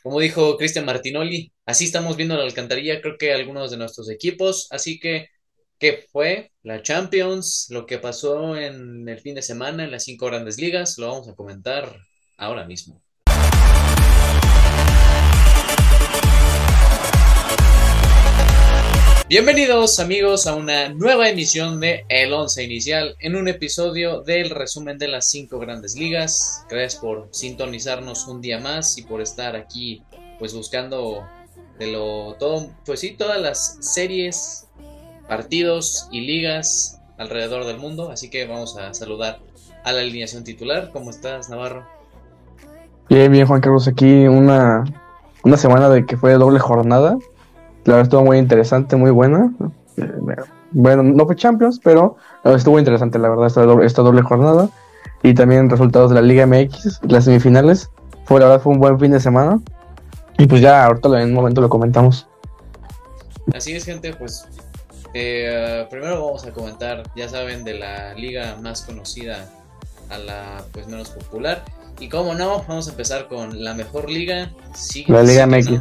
como dijo Cristian Martinoli, así estamos viendo la alcantarilla, creo que algunos de nuestros equipos. Así que, ¿qué fue la Champions? Lo que pasó en el fin de semana en las cinco grandes ligas, lo vamos a comentar ahora mismo. Bienvenidos amigos a una nueva emisión de El Once Inicial, en un episodio del resumen de las cinco grandes ligas. Gracias por sintonizarnos un día más y por estar aquí pues buscando de lo todo, pues sí, todas las series, partidos y ligas alrededor del mundo. Así que vamos a saludar a la alineación titular. ¿Cómo estás, Navarro? Bien, bien, Juan Carlos, aquí una semana de que fue doble jornada. La verdad estuvo muy interesante, muy buena. Eh, bueno, no fue Champions, pero estuvo interesante, la verdad, esta doble jornada. Y también resultados de la Liga MX, las semifinales. La verdad fue un buen fin de semana. Y pues ya ahorita en un momento lo comentamos. Así es, gente, pues primero vamos a comentar, ya saben, de la liga más conocida a la pues menos popular. Y como no, vamos a empezar con la mejor liga. Sí, La Liga sí que MX. no.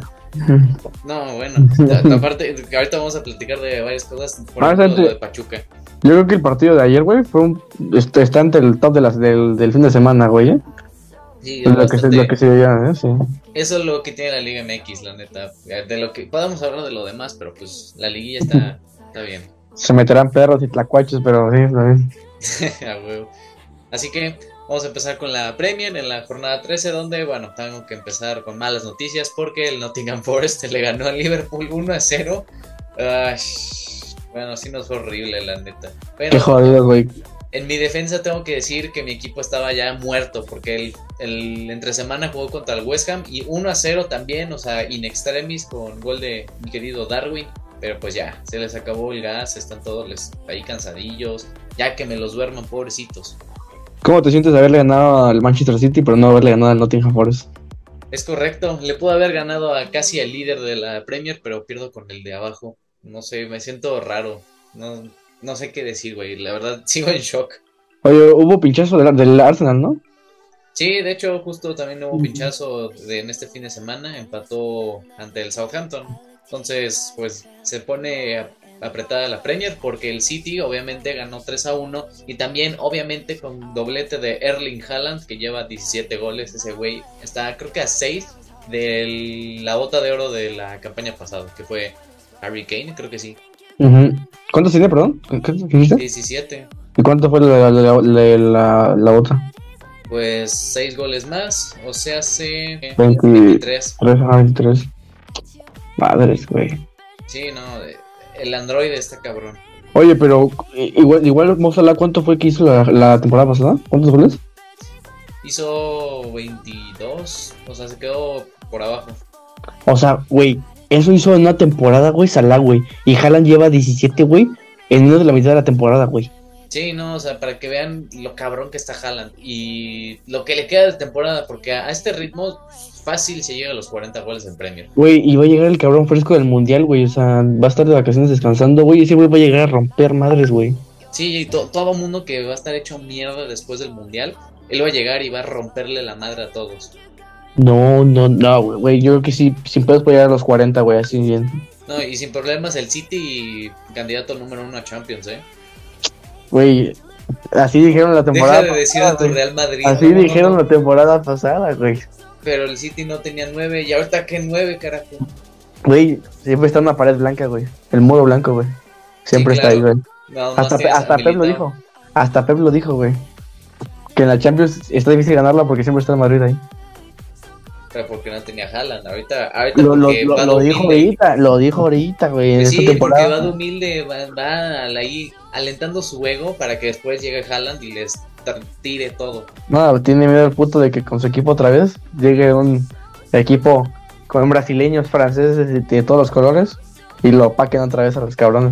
No, bueno, aparte, ahorita vamos a platicar de varias cosas, por Ah, ejemplo, lo de Pachuca. yo creo que el partido de ayer, güey, está entre el top del fin de semana, güey, ¿eh? Sí, Lo bastante. que se veía, ¿eh? Sí. Eso es lo que tiene la Liga MX, la neta. De lo que podamos hablar de lo demás, pero pues la liguilla está bien. Se meterán perros y tlacuaches, pero sí, está bien. A huevo. Así que vamos a empezar con la Premier en la jornada 13, donde, bueno, tengo que empezar con malas noticias porque el Nottingham Forest le ganó al Liverpool 1-0. Ay, bueno, sí nos fue horrible, la neta. Qué Pero jodido, güey. en mi defensa tengo que decir que mi equipo estaba ya muerto porque el entre semana jugó contra el West Ham y 1-0 también, o sea, in extremis con gol de mi querido Darwin. Pero pues ya, se les acabó el gas, están todos ahí cansadillos, ya que me los duerman, pobrecitos. ¿Cómo te sientes de haberle ganado al Manchester City, pero no haberle ganado al Nottingham Forest? Es correcto, le puedo haber ganado a casi al líder de la Premier, pero pierdo con el de abajo. No sé, me siento raro. No, no sé qué decir, güey. La verdad, sigo en shock. Oye, hubo pinchazo del Arsenal, ¿no? Sí, de hecho, justo también hubo pinchazo en este fin de semana. Empató ante el Southampton. Entonces, pues se pone apretada la Premier porque el City obviamente ganó 3-1 y también obviamente con doblete de Erling Haaland que lleva 17 goles. Ese güey está creo que a 6 de la bota de oro de la campaña pasada, que fue Harry Kane, creo que sí. Ujú. ¿Cuántos tiene, perdón? ¿Qué dijiste? 17. ¿Y cuánto fue la otra? Pues 6 goles más, o sea, hace 23. 23. 23. Madres, güey. Sí, no, el Android está cabrón. Oye, pero igual Mo Salah, ¿cuánto fue que hizo la temporada pasada? ¿Cuántos goles? Hizo 22, o sea, se quedó por abajo. O sea, güey, eso hizo en una temporada, güey, Salah, güey. Y Haaland lleva 17, güey, en menos de la mitad de la temporada, güey. Sí, no, o sea, para que vean lo cabrón que está Haaland y lo que le queda de temporada, porque a este ritmo fácil se llega a los 40 goles en Premier. Güey, y va a llegar el cabrón fresco del mundial, güey. O sea, va a estar de vacaciones descansando, güey. Y ese güey va a llegar a romper madres, güey. Sí, y todo mundo que va a estar hecho mierda después del Mundial, él va a llegar y va a romperle la madre a todos. No, no, no, güey. Yo creo que sí, sin pedos puede llegar a los 40, güey, así bien. No, y sin problemas el City candidato número uno a Champions, ¿eh? Güey, así dijeron la Deja temporada de decir a pasada, tu güey. Real Madrid, Así no, no, dijeron no. la temporada pasada, güey. Pero el City no tenía 9 y ahorita que 9, carajo. Güey, siempre está una pared blanca, güey. El muro blanco, güey. Sí, Siempre está ahí, claro. güey. Nada más tienes a Hasta Pep lo Militao. dijo. Hasta Pep lo dijo, güey. Que en la Champions está difícil ganarla porque siempre está el Madrid ahí. Pero porque no tenía Haaland. Ahorita porque va de Lo dijo humilde. ahorita, güey, en Pues esta sí, porque va temporada. de humilde, va ahí alentando su ego para que después llegue Haaland y les tire todo. No, tiene miedo el puto de que con su equipo otra vez llegue un equipo con brasileños, franceses y de todos los colores y lo paquen otra vez a los cabrones.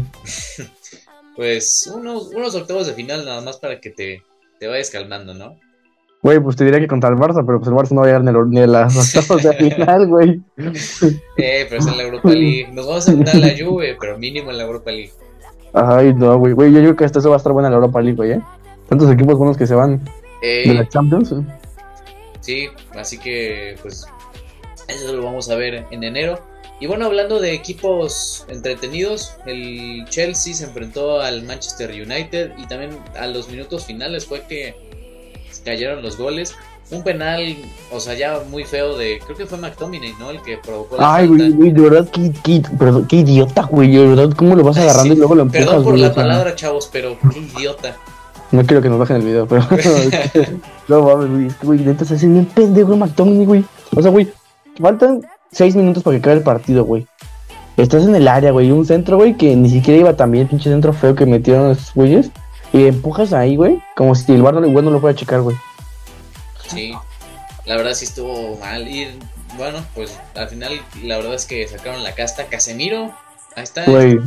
Pues unos octavos de final nada más para que te vayas calmando, ¿no? Güey, pues te diría que contra el Barça, pero pues el Barça no va a llegar ni a las octavos de final, güey. Pero es en la Europa League. Nos vamos a enfrentar a la Juve, pero mínimo en la Europa League. Ay, no, güey. Güey, yo creo que hasta eso va a estar buena la Europa League, güey, ¿eh? Tantos equipos buenos que se van de la Champions. Sí, así que pues Eso lo vamos a ver en enero. Y bueno, hablando de equipos entretenidos, el Chelsea se enfrentó al Manchester United y también a los minutos finales fue que cayeron los goles. Un penal, o sea, ya muy feo de, creo que fue McTominay, ¿no? El que provocó la Ay, falta. güey, de verdad, perdón, qué idiota, güey, de verdad, ¿cómo lo vas agarrando y luego lo empujas, Perdón por güey? la O sea, palabra, chavos, pero qué idiota. no quiero que nos bajen el video, pero no mames, güey, es que, güey, neta se hace bien pendejo el McTominay, güey. O sea, güey, faltan 6 minutos para que acabe el partido, güey. Estás en el área, güey, un centro, güey, que ni siquiera iba tan bien, pinche centro feo que metieron esos güeyes. Y empujas ahí, güey, como si el bar no, igual no lo fuera a checar, güey. Sí, la verdad sí estuvo mal. Y bueno, pues al final la verdad es que sacaron la casta. Casemiro, ahí está. Güey,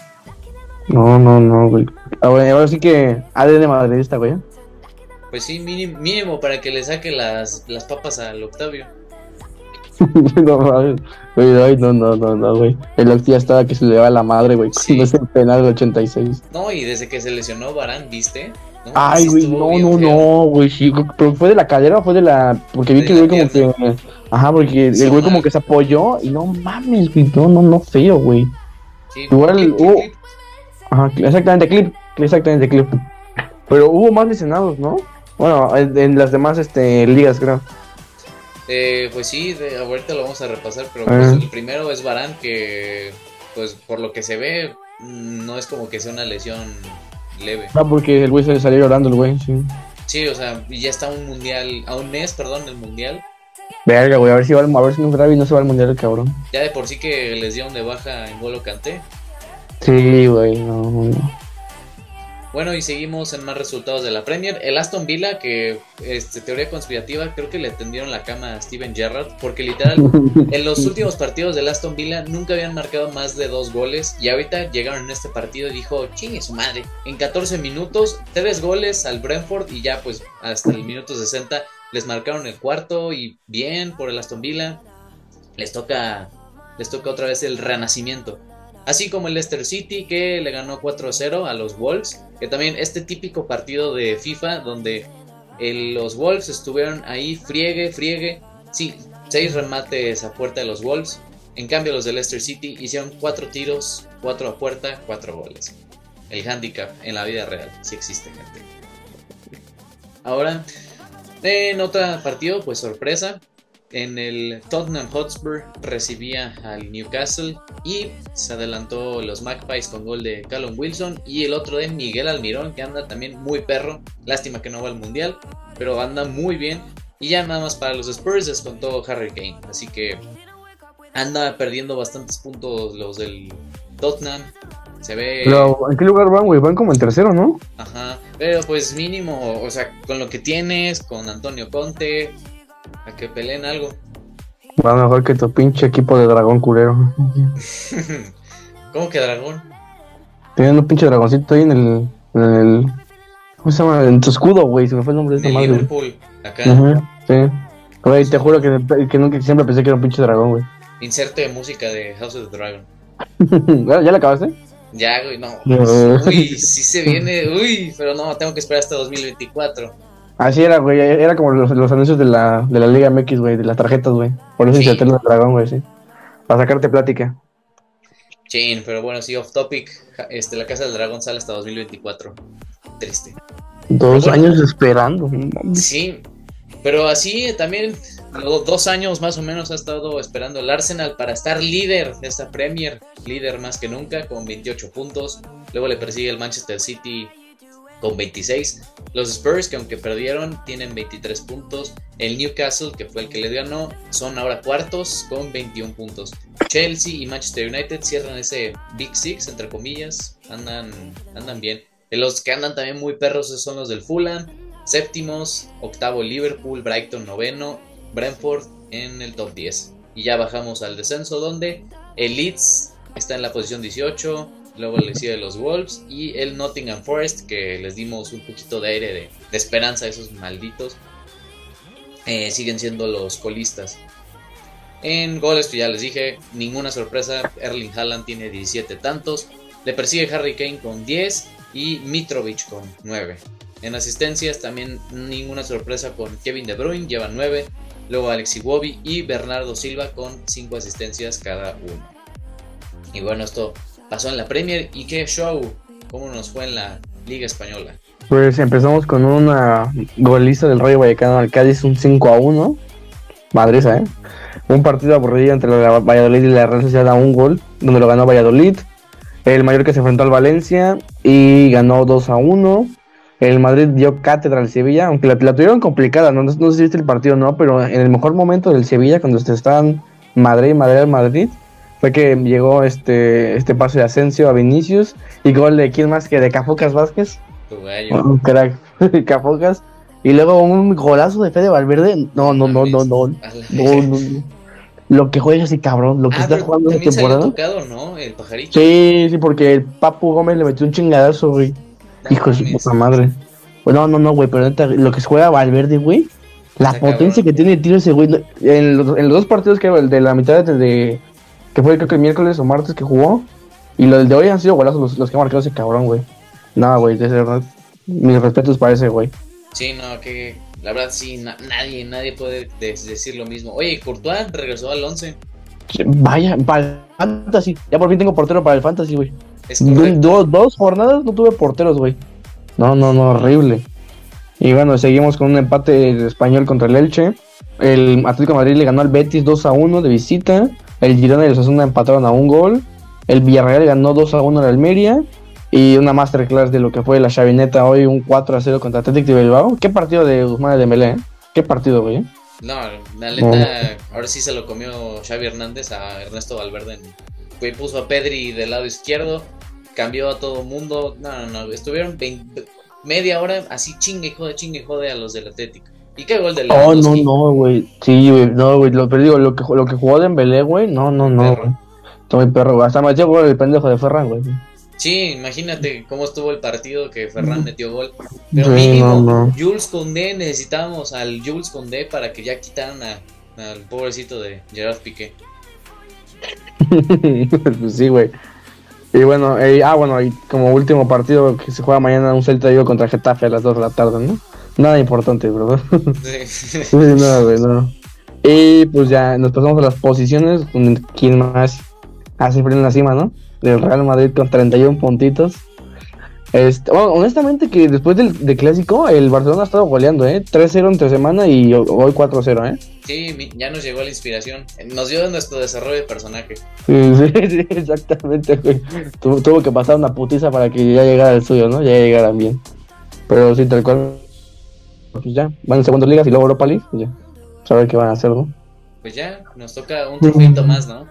no, güey. Ahora sí que ADN madridista, güey. Pues sí, mínimo para que le saque las papas al Octavio. No mames, güey, ay, no, güey. El Octi ya estaba que se le daba la madre, güey, Sí. cuando es el penal del 86. No, y desde que se lesionó Varane, ¿viste? ¿No? Ay, Sí güey, estuvo bien feo. no, güey, sí, pero fue de la cadera o fue de la... Porque vi De que el la güey como pierna. que... Ajá, porque Hizo el güey como mal. que se apoyó y no mames, güey, no, feo, güey. Sí, Igual clip. Ajá, exactamente, clip. Pero hubo más lesionados, ¿no? Bueno, en las demás ligas, creo. Pues sí, ahorita lo vamos a repasar, pero pues el primero es Varane, que pues por lo que se ve no es como que sea una lesión leve. Ah, porque el güey se le salió llorando, el güey, sí. Sí, o sea, y ya está a un mes, perdón, el mundial. Verga, güey, a ver si no grave y no se va al mundial el cabrón. Ya de por sí que les dieron de baja en N'Golo Kanté. Sí, güey, no. Bueno, y seguimos en más resultados de la Premier. El Aston Villa, que teoría conspirativa, creo que le tendieron la cama a Steven Gerrard, porque literal, en los últimos partidos del Aston Villa nunca habían marcado más de 2 goles, y ahorita llegaron en este partido y dijo, chingue su madre, en 14 minutos, 3 goles al Brentford, y ya pues hasta el minuto 60 les marcaron el cuarto, y bien por el Aston Villa, les toca otra vez el renacimiento. Así como el Leicester City, que le ganó 4-0 a los Wolves, que también este típico partido de FIFA donde los Wolves estuvieron ahí friegue, sí, 6 remates a puerta de los Wolves. En cambio los de Leicester City hicieron 4 tiros, 4 a puerta, 4 goles. El handicap en la vida real, sí existe, gente. Ahora, en otro partido, pues sorpresa, en el Tottenham Hotspur recibía al Newcastle y se adelantó los Magpies con gol de Callum Wilson, y el otro de Miguel Almirón, que anda también muy perro, lástima que no va al mundial, pero anda muy bien. Y ya nada más para los Spurs descontó Harry Kane, así que anda perdiendo bastantes puntos los del Tottenham. Se ve... Pero, ¿en qué lugar van, güey? Van como en tercero, ¿no? Ajá, pero pues mínimo, o sea, con lo que tienes, con Antonio Conte, a que peleen algo. Va mejor que tu pinche equipo de dragón culero. ¿Cómo que dragón? Tienen un pinche dragoncito ahí en el ¿cómo se llama? En tu escudo, güey, se me fue el nombre de En esa el madre. Liverpool, acá. Ajá, sí. Güey, te juro que nunca, siempre pensé que era un pinche dragón, güey. Inserte música de House of the Dragon. ¿Ya la acabaste? Ya, güey, no. No. Uy, sí se viene. Uy, pero no, tengo que esperar hasta 2024. Así era, güey, era como los anuncios de la Liga MX, güey, de las tarjetas, güey. Por eso Sí. inserté el dragón, güey, sí. Para sacarte plática. Chin, pero bueno, sí, off topic. La Casa del Dragón sale hasta 2024. Triste. 2 bueno. años esperando. Sí, pero así también, 2 años más o menos ha estado esperando el Arsenal para estar líder de esta Premier, líder más que nunca, con 28 puntos. Luego le persigue el Manchester City con 26. Los Spurs, que aunque perdieron, tienen 23 puntos. El Newcastle, que fue el que les ganó, son ahora cuartos con 21 puntos. Chelsea y Manchester United cierran ese Big Six, entre comillas. Andan bien. De los que andan también muy perros son los del Fulham. Séptimos, octavo Liverpool, Brighton noveno, Brentford en el top 10. Y ya bajamos al descenso, donde el Leeds está en la posición 18. Luego le sigue los Wolves y el Nottingham Forest, que les dimos un poquito de aire de esperanza a esos malditos. Siguen siendo los colistas. En goles, pues ya les dije, ninguna sorpresa. Erling Haaland tiene 17 tantos. Le persigue Harry Kane con 10 y Mitrovic con 9. En asistencias también ninguna sorpresa con Kevin De Bruyne, lleva 9. luego Alex Iwobi y Bernardo Silva con 5 asistencias cada uno. Y bueno, esto pasó en la Premier. ¿Y qué show? ¿Cómo nos fue en la Liga Española? Pues empezamos con una goliza del Rayo Vallecano al Cádiz, un 5-1. Madriza, un partido aburrido entre la Valladolid y la Real Sociedad a un gol, donde lo ganó Valladolid. El Mallorca se enfrentó al Valencia y ganó 2-1. El Madrid dio cátedra al Sevilla, aunque la tuvieron complicada, no sé si viste el partido o no, pero en el mejor momento del Sevilla, cuando estaban Madrid, fue que llegó este pase de Asensio a Vinicius y gol de quién más que de Cafocas Vázquez. Un crack, Cafocas. Y luego un golazo de Fede Valverde. No. Lo que juega ese cabrón, lo que está jugando esta temporada. Tocado, ¿no? El pajarito. Sí, porque el Papu Gómez le metió un chingadazo, güey. Hijo de su puta madre. No, güey, pero neta, lo que juega Valverde, güey. La potencia que tiene el tiro ese güey. En los 2 partidos que el de la mitad que fue creo que el miércoles o martes que jugó. Y lo del de hoy han sido golazos los que ha marcado ese cabrón, güey. No, güey, de verdad. Mis respetos para ese güey. Sí, no, que la verdad sí, nadie puede decir lo mismo. Oye, Courtois regresó al 11. Vaya, para el Fantasy. Ya por fin tengo portero para el Fantasy, güey. Es correcto. 2 jornadas no tuve porteros, güey. No, horrible. Y bueno, seguimos con un empate español contra el Elche. El Atlético de Madrid le ganó al Betis 2-1 de visita. El Girona y el Osasuna empataron a un gol. El Villarreal ganó 2-1 al Almería. Y una masterclass de lo que fue la chavineta hoy, un 4-0 contra Atlético de Bilbao. Qué partido de Ousmane Dembélé, Qué partido, güey. No, la neta, ahora sí se lo comió Xavi Hernández a Ernesto Valverde. Güey, puso a Pedri del lado izquierdo, cambió a todo mundo. No, estuvieron media hora así chingue jode a los del Atlético. ¿Y qué gol del Lewandowski? No, güey. Sí, güey, no, güey, pero digo, lo que jugó Dembélé, güey, no, güey. Está muy perro, güey. Hasta me echó gol el pendejo de Ferran, güey. Sí, imagínate cómo estuvo el partido que Ferran metió gol. Pero sí, mínimo, Jules Koundé, necesitábamos al Jules Koundé para que ya quitaran al pobrecito de Gerard Piqué. Pues sí, güey. Y bueno, y como último partido que se juega mañana, un Celta Vigo contra Getafe a las 2 de la tarde, ¿no? Nada importante, bro. Sí. Sí, nada, güey, no. Y pues ya nos pasamos a las posiciones, ¿quién más hace frío en la cima, no? Del Real Madrid con 31 puntitos. Honestamente que después del clásico el Barcelona ha estado goleando, 3-0 entre semana y hoy 4-0, Sí, ya nos llegó la inspiración. Nos dio nuestro desarrollo de personaje. Sí, exactamente, güey. Tuvo que pasar una putiza para que ya llegara el suyo, ¿no? Ya llegaran bien. Pero sí, tal cual. Pues ya, van en segundas ligas y luego Europa League, pues ya. Saber qué van a hacer, ¿no? Pues ya, nos toca un trofeito más, ¿no?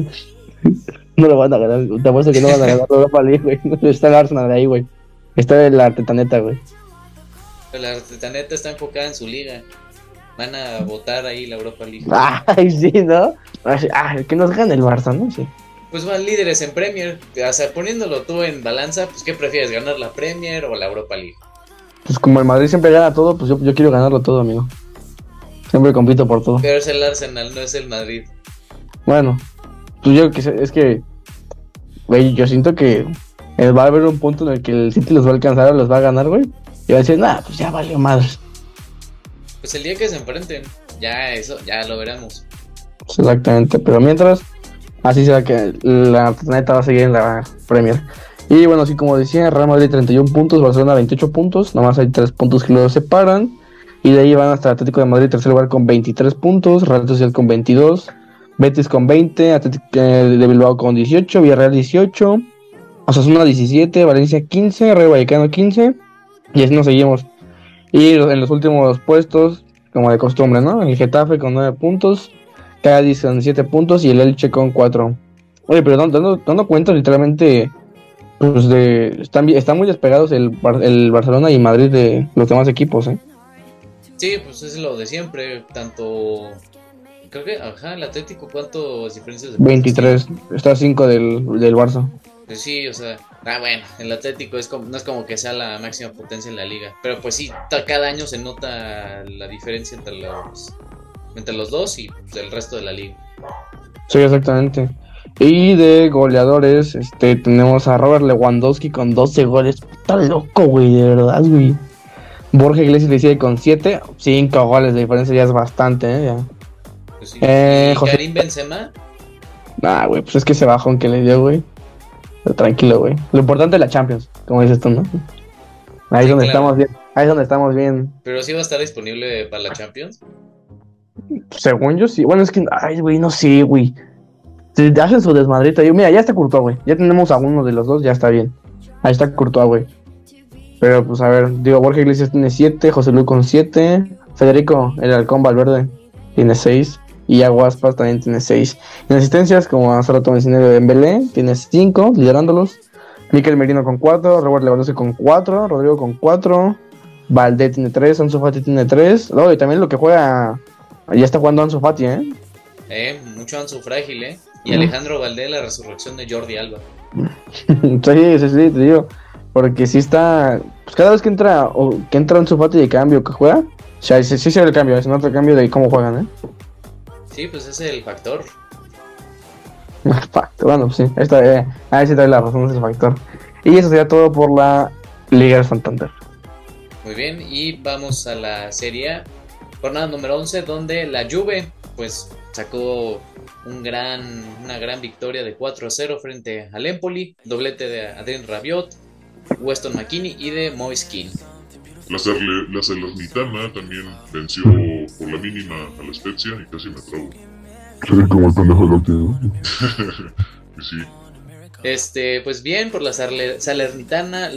No lo van a ganar, te apuesto que no van a ganar la Europa League, güey. Está el Arsenal ahí, güey. Está la Artetaneta, güey. La Artetaneta está enfocada en su liga. Van a votar ahí la Europa League. Ay, sí, ¿no? Que nos gane el Barça, ¿no? Sí. Pues van líderes en Premier. O sea, poniéndolo tú en balanza, pues ¿qué prefieres? ¿Ganar la Premier o la Europa League? Pues como el Madrid siempre gana todo, pues yo quiero ganarlo todo, amigo. Siempre compito por todo. Pero es el Arsenal, no es el Madrid. Bueno, pues yo es que, güey, yo siento que va a haber un punto en el que el City los va a alcanzar o los va a ganar, güey. Y va a decir, pues ya valió madres. Pues el día que se enfrenten, ya lo veremos. Pues exactamente, pero mientras, así será que la neta va a seguir en la Premier. Y bueno, así como decía, Real Madrid 31 puntos, Barcelona 28 puntos, nomás hay 3 puntos que los separan. Y de ahí van hasta Atlético de Madrid, tercer lugar con 23 puntos, Real Sociedad con 22, Betis con 20, Atlético de Bilbao con 18, Villarreal 18, Osasuna 17, Valencia 15, Rayo Vallecano 15, y así nos seguimos. Y en los últimos puestos, como de costumbre, ¿no? El Getafe con 9 puntos, Cádiz con 7 puntos y el Elche con 4. Oye, pero dando cuenta literalmente, pues están muy despegados el Barcelona y Madrid de los demás equipos, Sí, pues es lo de siempre, tanto... Creo que, el Atlético, ¿cuántas diferencias de 23, está 5 del Barça. Pues sí, o sea, bueno, el Atlético no es como que sea la máxima potencia en la liga, pero pues sí, cada año se nota la diferencia entre los dos y pues, el resto de la liga. Sí, exactamente. Y de goleadores, tenemos a Robert Lewandowski con 12 goles. Está loco, güey, de verdad, güey. Borja Iglesias le sigue con 7, 5 goles de diferencia, ya es bastante, ya. Pues sí. ¿Y José... Karim Benzema? Nah, güey, pues es que ese bajón que le dio, güey. Pero tranquilo, güey. Lo importante es la Champions, como dices tú, ¿no? Ahí es Sí, donde claro. estamos bien. Ahí es donde estamos bien. Pero sí va a estar disponible para la Champions. Según yo, sí. Bueno, es que, ay, güey, no sé, güey. Si hacen su desmadrita. Mira, ya está Courtois, güey. Ya tenemos a uno de los dos, ya está bien. Ahí está Courtois, güey. Pero, pues, a ver, digo, Borja Iglesias tiene 7, José Luis con 7, Federico, el Halcón Valverde, tiene 6, y Aguaspas también tiene 6. En asistencias, como hace rato mencioné, Dembélé, tiene 5, liderándolos. Mikel Merino con 4, Robert Lewandowski con 4, Rodrigo con 4, Valdé tiene 3, Ansu Fati tiene 3. No, y también lo que juega, ya está jugando Ansu Fati, Mucho Ansu Frágil, Y Alejandro Valdé, la resurrección de Jordi Alba. Sí, te digo. Porque si está. Pues cada vez que entra Ansu Fati de cambio que juega, o sea, sí se ve el cambio, es un otro cambio de cómo juegan, Sí, pues ese es el factor. Bueno, pues sí, ahí sí te doy la razón, es el factor. Y eso sería todo por la Liga de Santander. Muy bien, y vamos a la Serie A, jornada número 11, donde la Juve, pues, sacó una gran victoria de 4-0 frente al Empoli, doblete de Adrien Rabiot, Weston McKennie y de Moise Kean. La Salernitana también venció por la mínima a la Spezia y casi me trago. Sí, como el pendejo de ¿no? Sí. Pues bien, por la Salernitana,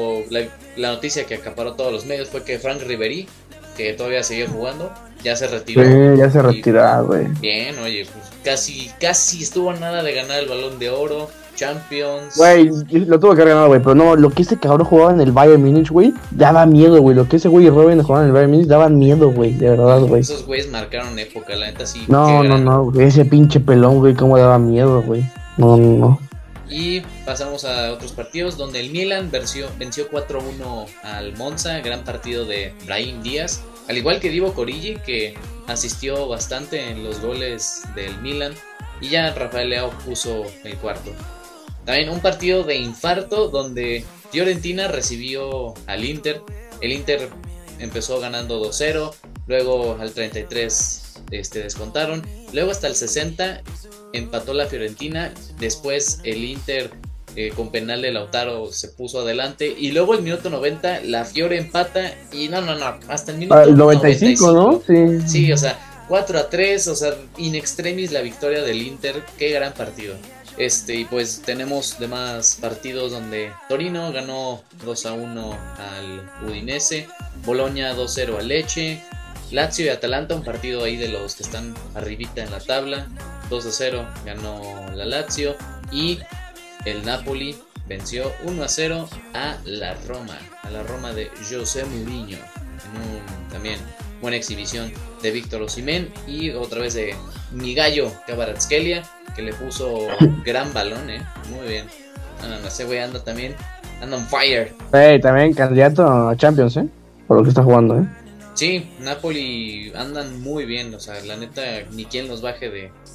la noticia que acaparó todos los medios fue que Franck Ribéry, que todavía seguía jugando, ya se retiró. Sí, ya se retiró, güey. Bien, oye, pues casi estuvo a nada de ganar el Balón de Oro, Champions. Güey, lo tuvo que haber ganado, güey, pero no, lo que ese cabrón jugaba en el Bayern Munich, güey, daba miedo, güey. Lo que ese güey y Robin jugaban en el Bayern Munich daban miedo, güey, de verdad, güey. Esos güeyes marcaron época, la neta sí. No, güey, ese pinche pelón, güey, cómo daba miedo, güey. No. Y pasamos a otros partidos donde el Milan venció 4-1 al Monza, gran partido de Brahim Díaz, al igual que Divock Origi, que asistió bastante en los goles del Milan, y ya Rafael Leao puso el cuarto. También un partido de infarto donde Fiorentina recibió al Inter. El Inter empezó ganando 2-0, luego al 33 descontaron, luego hasta el 60 empató la Fiorentina, después el Inter con penal de Lautaro se puso adelante, y luego el minuto 90 la Fiore empata, y no, hasta el minuto 95, ¿no? Sí, o sea, 4-3, o sea, in extremis la victoria del Inter, qué gran partido. Y pues tenemos demás partidos donde Torino ganó 2-1 al Udinese, Bologna 2-0 al Lecce, Lazio y Atalanta, un partido ahí de los que están arribita en la tabla, 2-0 ganó la Lazio, y el Napoli venció 1-0 a la Roma de José Mourinho, en también buena exhibición de Víctor Osimhen y otra vez de mi gallo Kvaratskhelia, que le puso gran balón, muy bien. Ese güey anda on fire. También candidato a Champions, por lo que está jugando, Sí, Napoli andan muy bien, o sea, la neta, ni quien los baje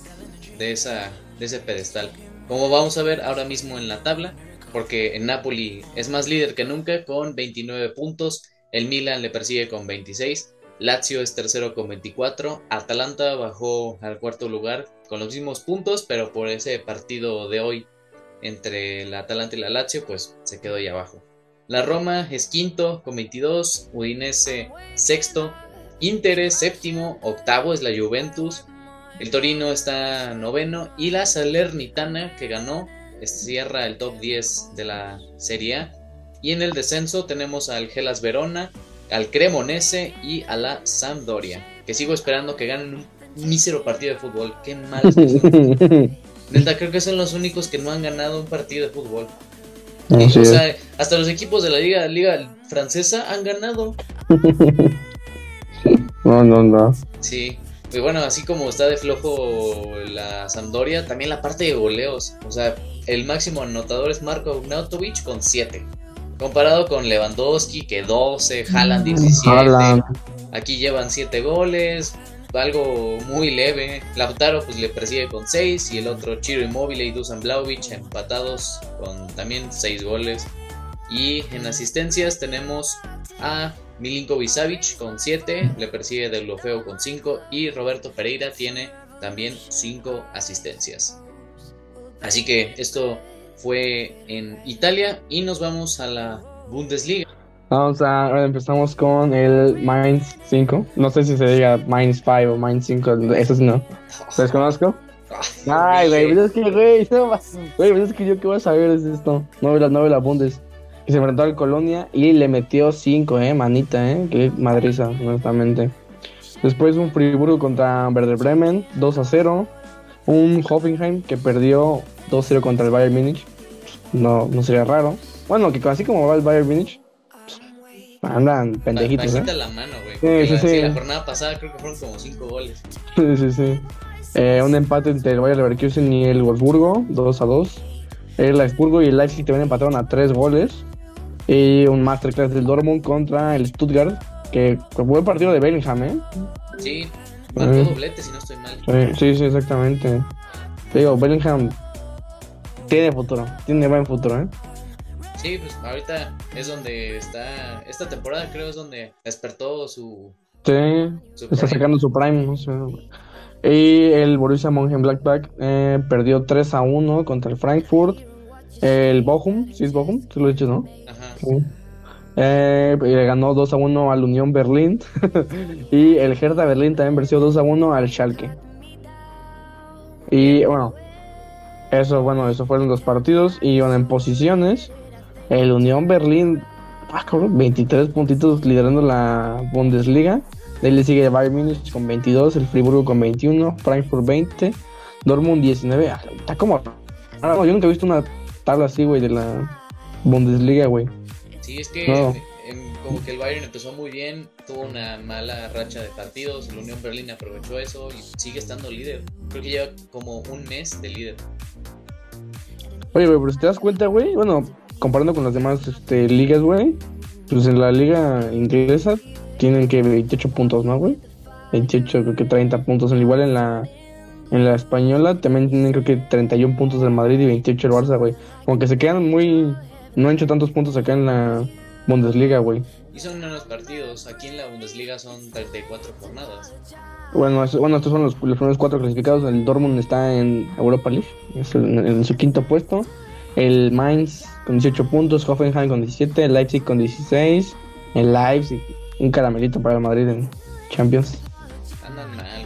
de ese pedestal. Como vamos a ver ahora mismo en la tabla, porque en Napoli es más líder que nunca con 29 puntos, el Milan le persigue con 26, Lazio es tercero con 24, Atalanta bajó al cuarto lugar con los mismos puntos, pero por ese partido de hoy entre la Atalanta y la Lazio, pues se quedó ahí abajo. La Roma es quinto con 22, Udinese sexto, Inter es séptimo, octavo es la Juventus, el Torino está noveno y la Salernitana, que ganó, cierra el top 10 de la Serie A. Y en el descenso tenemos al Hellas Verona, al Cremonese y a la Sampdoria, que sigo esperando que ganen un mísero partido de fútbol. Qué mal. Neta, creo que son los únicos que no han ganado un partido de fútbol. O sea, hasta los equipos de la liga francesa han ganado. No. Sí. Y bueno, así como está de flojo la Sampdoria, también la parte de goleos. O sea, el máximo anotador es Marko Arnautovic con 7. Comparado con Lewandowski, que 12, Haaland 17. Aquí llevan 7 goles, algo muy leve. Lautaro pues le persigue con 6 y el otro Ciro Immobile y Dusan Vlahovic empatados con también 6 goles. Y en asistencias tenemos a Milinkovic Savic con 7, le persigue Deulofeu con 5 y Roberto Pereira tiene también 5 asistencias. Así que esto fue en Italia y nos vamos a la Bundesliga. Empezamos con el Mainz 5. No sé si se diga Mainz 5 o Mainz 5, eso sí no. ¿Lo desconozco? Ay, güey, pues es que, güey, pues es que yo qué voy a saber es esto. No veo la Bundes. Que se enfrentó al Colonia y le metió 5, manita, qué madriza, honestamente. Después un Friburgo contra Werder Bremen, 2-0. Un Hoffenheim que perdió 2-0 contra el Bayern Múnich. No sería raro. Bueno, que así como va el Bayern Múnich, andan pendejitos, Bajita la mano, güey. Sí. La jornada pasada creo que fueron como 5 goles. Sí. Un empate entre el Bayer Leverkusen y el Wolfsburgo, 2-2. El Augsburgo y el Leipzig también empataron a 3 goles. Y un masterclass del Dortmund contra el Stuttgart, que fue buen partido de Bellingham, Sí, marcó doblete si no estoy mal. Sí, exactamente. Digo, Bellingham tiene buen futuro, Sí, pues ahorita es donde está, esta temporada creo es donde despertó su está sacando su prime, no sé. Y el Borussia Mönchengladbach perdió 3-1 contra el Frankfurt. El Bochum, sí es Bochum, tú lo has dicho, ¿no? Ajá. Sí. Y le ganó 2-1 al Unión Berlín. Y el Hertha Berlín también venció 2-1 al Schalke. Y bueno, eso fueron los partidos. Y bueno, en posiciones, el Unión Berlín, cabrón, 23 puntitos liderando la Bundesliga. De ahí le sigue el Bayern Múnich con 22, el Friburgo con 21, Frankfurt 20, Dortmund 19. Está como... yo nunca he visto una tabla así, güey, de la Bundesliga, güey. Sí, es que como que el Bayern empezó muy bien, tuvo una mala racha de partidos, el Unión Berlín aprovechó eso y sigue estando líder. Creo que lleva como un mes de líder. Oye, güey, pero si te das cuenta, güey, bueno, comparando con las demás ligas, güey, pues en la liga inglesa tienen que 28 puntos, ¿no, güey? 28, creo que 30 puntos. Igual en la española también tienen creo que 31 puntos del Madrid y 28 el Barça, güey. Como que se quedan no han hecho tantos puntos acá en la Bundesliga, güey. Y son menos partidos, aquí en la Bundesliga son 34 jornadas. Bueno, estos son los primeros 4 clasificados. El Dortmund está en Europa League, en su quinto puesto. El Mainz con 18 puntos, Hoffenheim con 17, el Leipzig con 16. El Leipzig, un caramelito para el Madrid en Champions. Andan mal.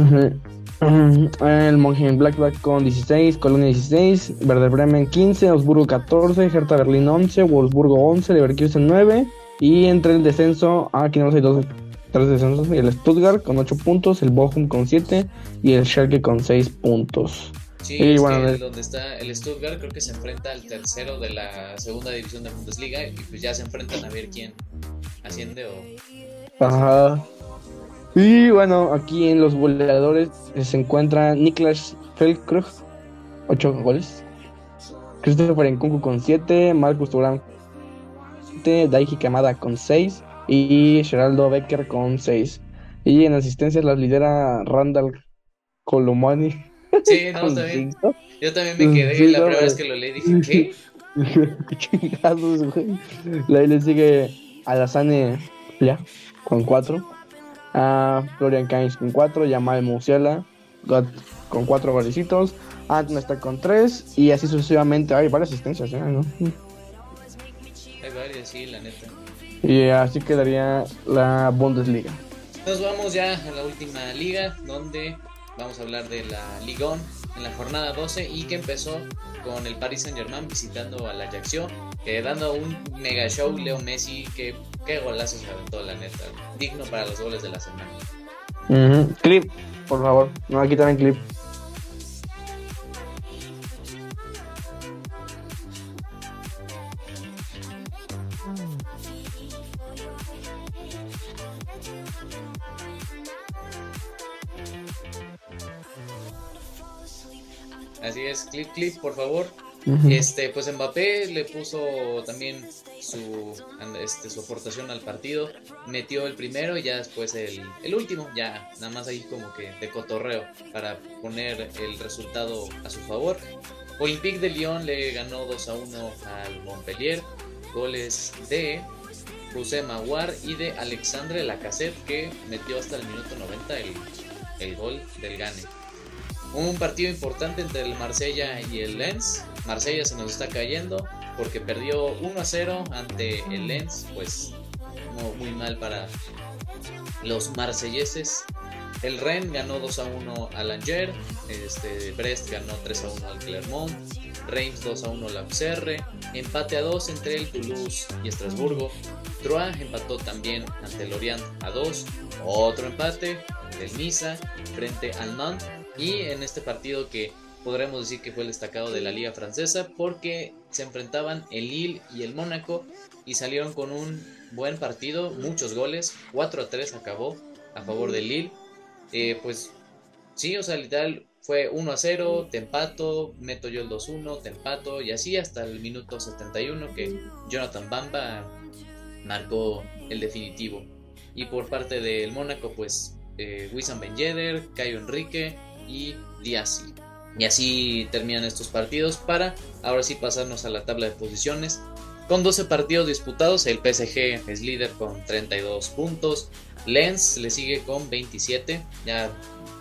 El Mönchengladbach con 16, Colonia 16, Werder Bremen 15, Augsburgo 14, Hertha Berlín 11, Wolfsburgo 11, Leverkusen 9. Y entre el descenso, aquí no hay 3 descensos, el Stuttgart con 8 puntos, el Bochum con 7 y el Schalke con 6 puntos. Sí, y es bueno, que donde está el Stuttgart creo que se enfrenta al tercero de la segunda división de Bundesliga y pues ya se enfrentan a ver quién asciende o... Ajá. Y bueno, aquí en los goleadores se encuentra Niklas Füllkrug, 8 goles. Christopher Nkunku con 7, Marcus Thuram 7, Daiji Kamada con 6 y Geraldo Becker con 6. Y en asistencias las lidera Randall Colomani. Sí, no, está bien. Yo también me quedé la primera vez que lo leí, dije, ¿qué? Qué chingados, güey. Ahí le sigue Alassane Plia con 4. Florian Kainz con 4, Jamal Musiala con 4 golecitos, Antman está con 3 y así sucesivamente. Hay varias asistencias, ¿no? Hay varias, sí, la neta. Y así quedaría la Bundesliga. Nos vamos ya a la última liga, donde vamos a hablar de la Ligue 1 en la jornada 12 y que empezó con el Paris Saint-Germain visitando al Ajaccio, dando un mega show. Leo Messi, qué golazo se aventó, la neta, digno para los goles de la semana. Clip, por favor, no, aquí también clip. Así es, clip, por favor. Pues Mbappé le puso también su aportación al partido, metió el primero y ya después el último, ya nada más ahí como que de cotorreo para poner el resultado a su favor. Olympique de Lyon le ganó 2-1 al Montpellier, goles de José Maguire y de Alexandre Lacazette, que metió hasta el minuto 90 el gol del gane. Un partido importante entre el Marsella y el Lens. Marsella se nos está cayendo porque perdió 1-0 ante el Lens, pues muy mal para los marselleses. El Rennes ganó 2-1 al Angers, Brest ganó 3-1 al Clermont, Reims 2-1 al Auxerre, empate a 2 entre el Toulouse y Estrasburgo. Troyes empató también ante el Lorient a 2, otro empate del Niza frente al Nantes, y en este partido que podremos decir que fue el destacado de la liga francesa porque se enfrentaban el Lille y el Mónaco y salieron con un buen partido, muchos goles, 4-3 acabó a favor del Lille. Pues sí, o sea, literal fue 1-0, te empato, meto yo el 2-1, te empato, y así hasta el minuto 71 que Jonathan Bamba marcó el definitivo. Y por parte del Mónaco, pues Wissam Ben Yedder, Caio Henrique y Diassi. Y así terminan estos partidos para ahora sí pasarnos a la tabla de posiciones. Con 12 partidos disputados, el PSG es líder con 32 puntos. Lens le sigue con 27. Ya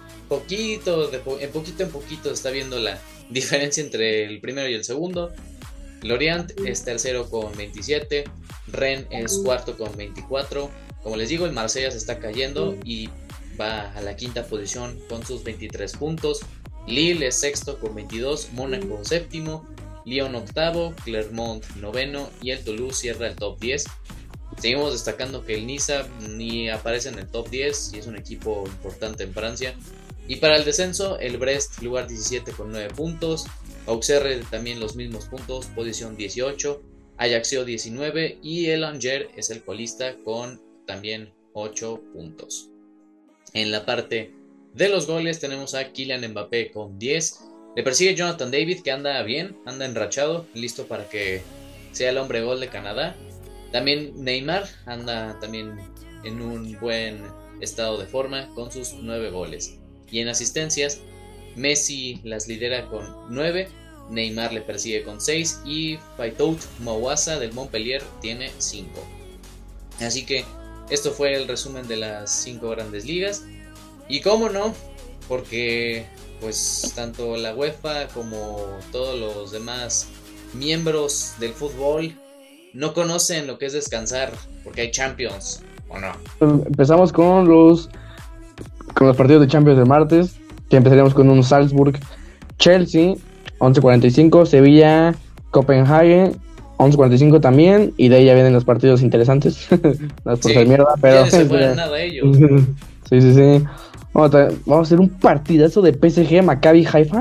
en poquito está viendo la diferencia entre el primero y el segundo. Lorient es tercero con 27. Rennes es cuarto con 24. Como les digo, el Marsella se está cayendo y va a la quinta posición con sus 23 puntos. Lille es sexto con 22. Mónaco séptimo. Lyon octavo, Clermont noveno y el Toulouse cierra el top 10. Seguimos destacando que el Niza ni aparece en el top 10 y es un equipo importante en Francia. Y para el descenso, el Brest lugar 17 con 9 puntos, Auxerre también los mismos puntos, posición 18, Ajaccio 19 y el Angers es el colista con también 8 puntos. En la parte de los goles tenemos a Kylian Mbappé con 10. Le persigue Jonathan David, que anda bien, anda enrachado, listo para que sea el hombre gol de Canadá. También Neymar anda también en un buen estado de forma con sus 9 goles. Y en asistencias, Messi las lidera con 9, Neymar le persigue con 6 y Faitout Mawasa del Montpellier tiene 5. Así que esto fue el resumen de las 5 grandes ligas. Y cómo no, porque pues tanto la UEFA como todos los demás miembros del fútbol no conocen lo que es descansar, porque hay Champions, ¿o no? Empezamos con los partidos de Champions del martes, que empezaríamos con un Salzburg-Chelsea, 11:45, Sevilla-Copenhague, 11:45 también, y de ahí ya vienen los partidos interesantes. No es por ser mierda, pero... Ya no se fueron nada ellos. Sí. Vamos a hacer un partidazo de PSG Maccabi Haifa.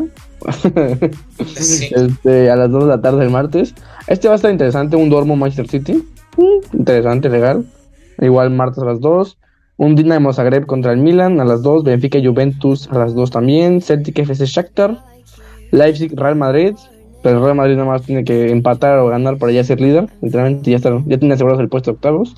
Sí. A las 2 de la tarde del martes. Va a estar interesante, un Dortmund Manchester City. Interesante, legal. Igual martes a las 2. Un Dinamo Zagreb contra el Milan a las 2. Benfica Juventus a las 2 también. Celtic FC Shakhtar. Leipzig Real Madrid. Pero el Real Madrid nada más tiene que empatar o ganar para ya ser líder. Literalmente ya tiene asegurados el puesto de octavos.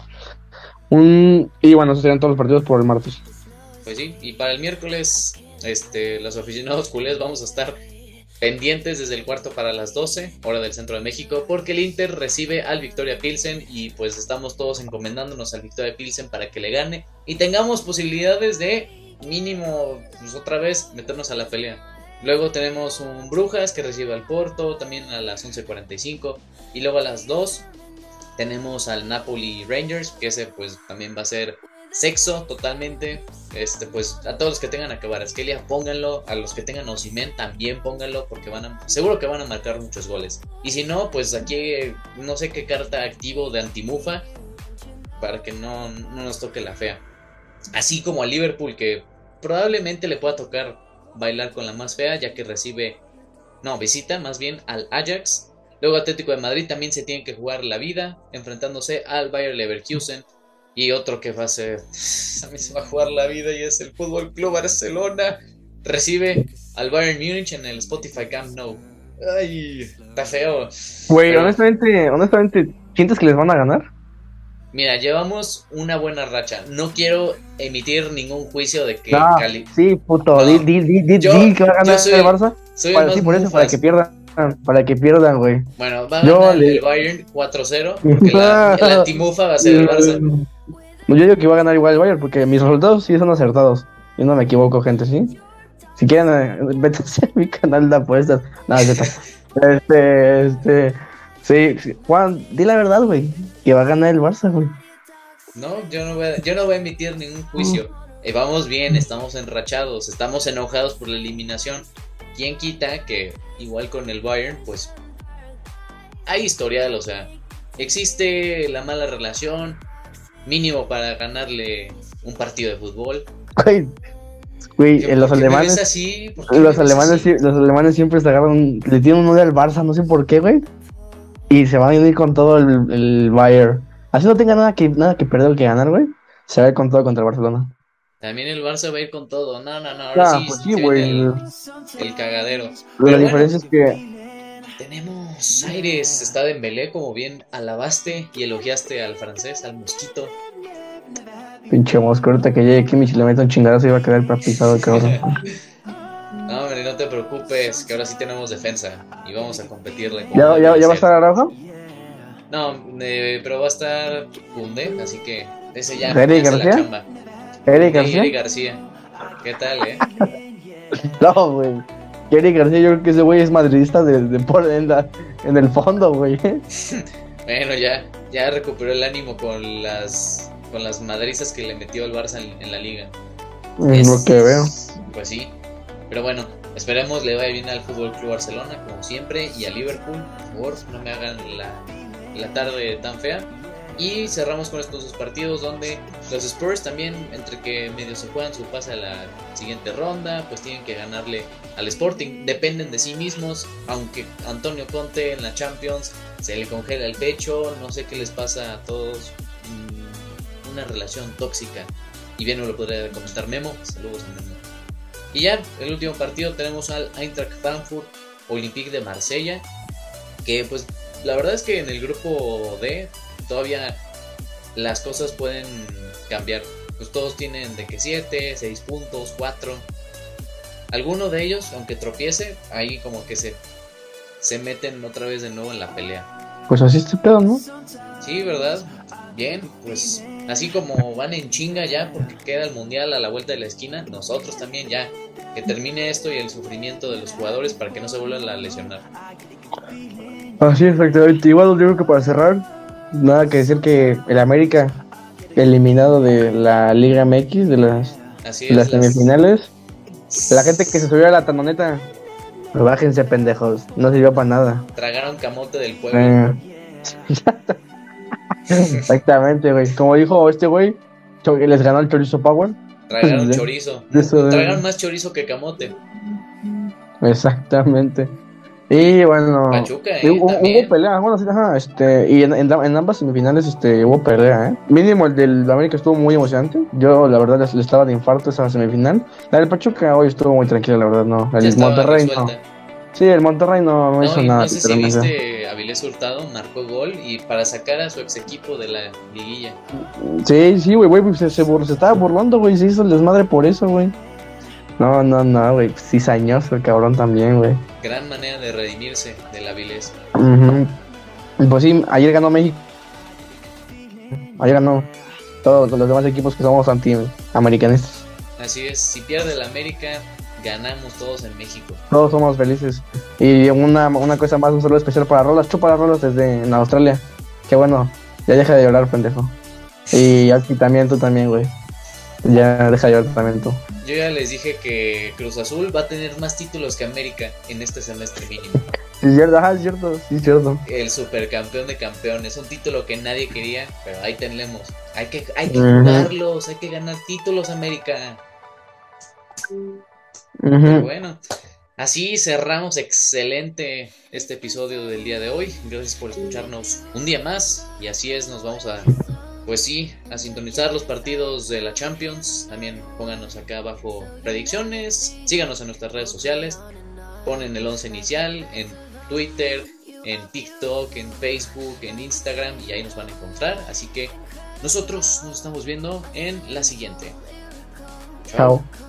Y bueno, esos serían todos los partidos por el martes. Pues sí, y para el miércoles, los aficionados culés vamos a estar pendientes desde el cuarto para las 12, hora del centro de México, porque el Inter recibe al Victoria Pilsen y pues estamos todos encomendándonos al Victoria Pilsen para que le gane y tengamos posibilidades de mínimo, pues otra vez, meternos a la pelea. Luego tenemos un Brujas que recibe al Porto, también a las 11:45, y luego a las 2 tenemos al Napoli Rangers, que ese pues también va a ser sexo totalmente. Pues a todos los que tengan a Kvaratskhelia pónganlo, a los que tengan Osimhen también pónganlo, porque seguro que van a marcar muchos goles. Y si no, pues aquí no sé qué carta activo de antimufa para que no nos toque la fea. Así como a Liverpool, que probablemente le pueda tocar bailar con la más fea, ya que visita más bien al Ajax. Luego Atlético de Madrid también se tiene que jugar la vida, enfrentándose al Bayer Leverkusen. Y otro que va a ser, a mí se va a jugar la vida, y es el Fútbol Club Barcelona. Recibe al Bayern Múnich en el Spotify Camp Nou. Ay, está feo. Güey, honestamente, ¿sientes que les van a ganar? Mira, llevamos una buena racha. No quiero emitir ningún juicio de que... Sí, puto, no. Di que va a ganar el Barça. Por eso, para que pierdan, güey. Bueno, va a ganar el Bayern 4-0, porque la antimufa va a ser el Barça. Yo digo que va a ganar igual el Bayern, porque mis resultados sí son acertados. Yo no me equivoco, gente, ¿sí? Si quieren, métanse a mi canal de apuestas. No, es cierto. Sí, Juan, di la verdad, güey. Que va a ganar el Barça, güey. No, yo no voy a emitir ningún juicio. Vamos bien, estamos enrachados, estamos enojados por la eliminación. ¿Quién quita que igual con el Bayern, pues hay historial, o sea, existe la mala relación mínimo para ganarle un partido de fútbol? Güey, los alemanes, así? los alemanes siempre se agarran, le tienen un odio al Barça, no sé por qué, güey. Y se van a ir con todo el Bayern. Así no tenga nada que perder o que ganar, güey. Se va a ir con todo contra el Barcelona. También el Barça va a ir con todo. No, ahora sí, pues sí, güey. El cagadero. La diferencia es que tenemos aires. Está Dembélé, como bien alabaste y elogiaste al francés, al mosquito. Pinche mosco, ahorita que llegue Kimmich y le meta un chingadazo y va a quedar papizado el cabrón. No, hombre, no te preocupes, que ahora sí tenemos defensa y vamos a competirle. ¿Ya va a estar Araujo? No, pero va a estar Koundé, así que ese ya ¿Eric García? la chamba. ¿Eric García? Eric García. ¿Qué tal, No, güey. Eric García, yo creo que ese güey es madridista en el fondo, güey. Bueno, ya recuperó el ánimo con las madrizas que le metió el Barça en la liga. Lo que veo. Pues sí. Pero bueno, esperemos le vaya bien al Fútbol Club Barcelona, como siempre, y a Liverpool. Por favor, no me hagan la tarde tan fea. Y cerramos con estos dos partidos donde los Spurs también, entre que medio se juegan su pase a la siguiente ronda, pues tienen que ganarle al Sporting. Dependen de sí mismos, aunque Antonio Conte en la Champions se le congela el pecho, no sé qué les pasa a todos. Una relación tóxica. Y bien nos lo podría comentar Memo. Saludos a Memo. Y ya, el último partido tenemos al Eintracht Frankfurt, Olympique de Marsella, que pues la verdad es que en el grupo D todavía las cosas pueden cambiar. Pues todos tienen de que 7, 6 puntos, 4. Alguno de ellos, aunque tropiece, ahí como que se meten otra vez de nuevo en la pelea. Pues así este pedo, ¿no? Sí, ¿verdad? Bien, pues así como van en chinga ya porque queda el mundial a la vuelta de la esquina, nosotros también ya, que termine esto y el sufrimiento de los jugadores para que no se vuelvan a lesionar. Así exactamente, igual yo creo que para cerrar, nada que decir que el América eliminado de la Liga MX, de las semifinales, la gente que se subió a la tanoneta, bájense pendejos, no sirvió para nada. Tragaron camote del pueblo. Exactamente, güey. Como dijo este güey, les ganó el chorizo power. Tragaron chorizo. Tragaron más chorizo que camote. Exactamente. Y bueno, Pachuca, hubo pelea, bueno, sí, ajá, y en ambas semifinales hubo pelea, Mínimo el del América estuvo muy emocionante. Yo la verdad le estaba de infarto esa semifinal. La del Pachuca hoy estuvo muy tranquila, la verdad, no. El Monterrey no. Sí, el Monterrey no hizo nada. No sé si viste, Avilés Hurtado marcó gol y para sacar a su ex equipo de la liguilla. Sí, güey, se estaba burlando, güey, se hizo el desmadre por eso, güey. No, güey, cizañoso el cabrón también, güey. Gran manera de redimirse del Avilés. Pues sí, ayer ganó México. Ayer ganó todos los demás equipos que somos anti-americanistas. Así es, si pierde el América, ganamos todos en México. Todos somos felices. Y una cosa más, un saludo especial para Rolas. Chupa las Rolas desde en Australia. Qué bueno, ya deja de llorar, pendejo. Y aquí también, tú también, güey. Ya deja de llorar también tú. Yo ya les dije que Cruz Azul va a tener más títulos que América en este semestre mínimo. Sí, es cierto. El supercampeón de campeones, un título que nadie quería, pero ahí tenemos. Hay que jugarlos, hay que ganar títulos, América. Pero bueno, así cerramos excelente este episodio del día de hoy. Gracias por escucharnos un día más. Y así es, nos vamos a sintonizar los partidos de la Champions. También pónganos acá abajo predicciones. Síganos en nuestras redes sociales. Ponen el 11 inicial en Twitter, en TikTok, en Facebook, en Instagram, y ahí nos van a encontrar. Así que nosotros nos estamos viendo en la siguiente. Chao.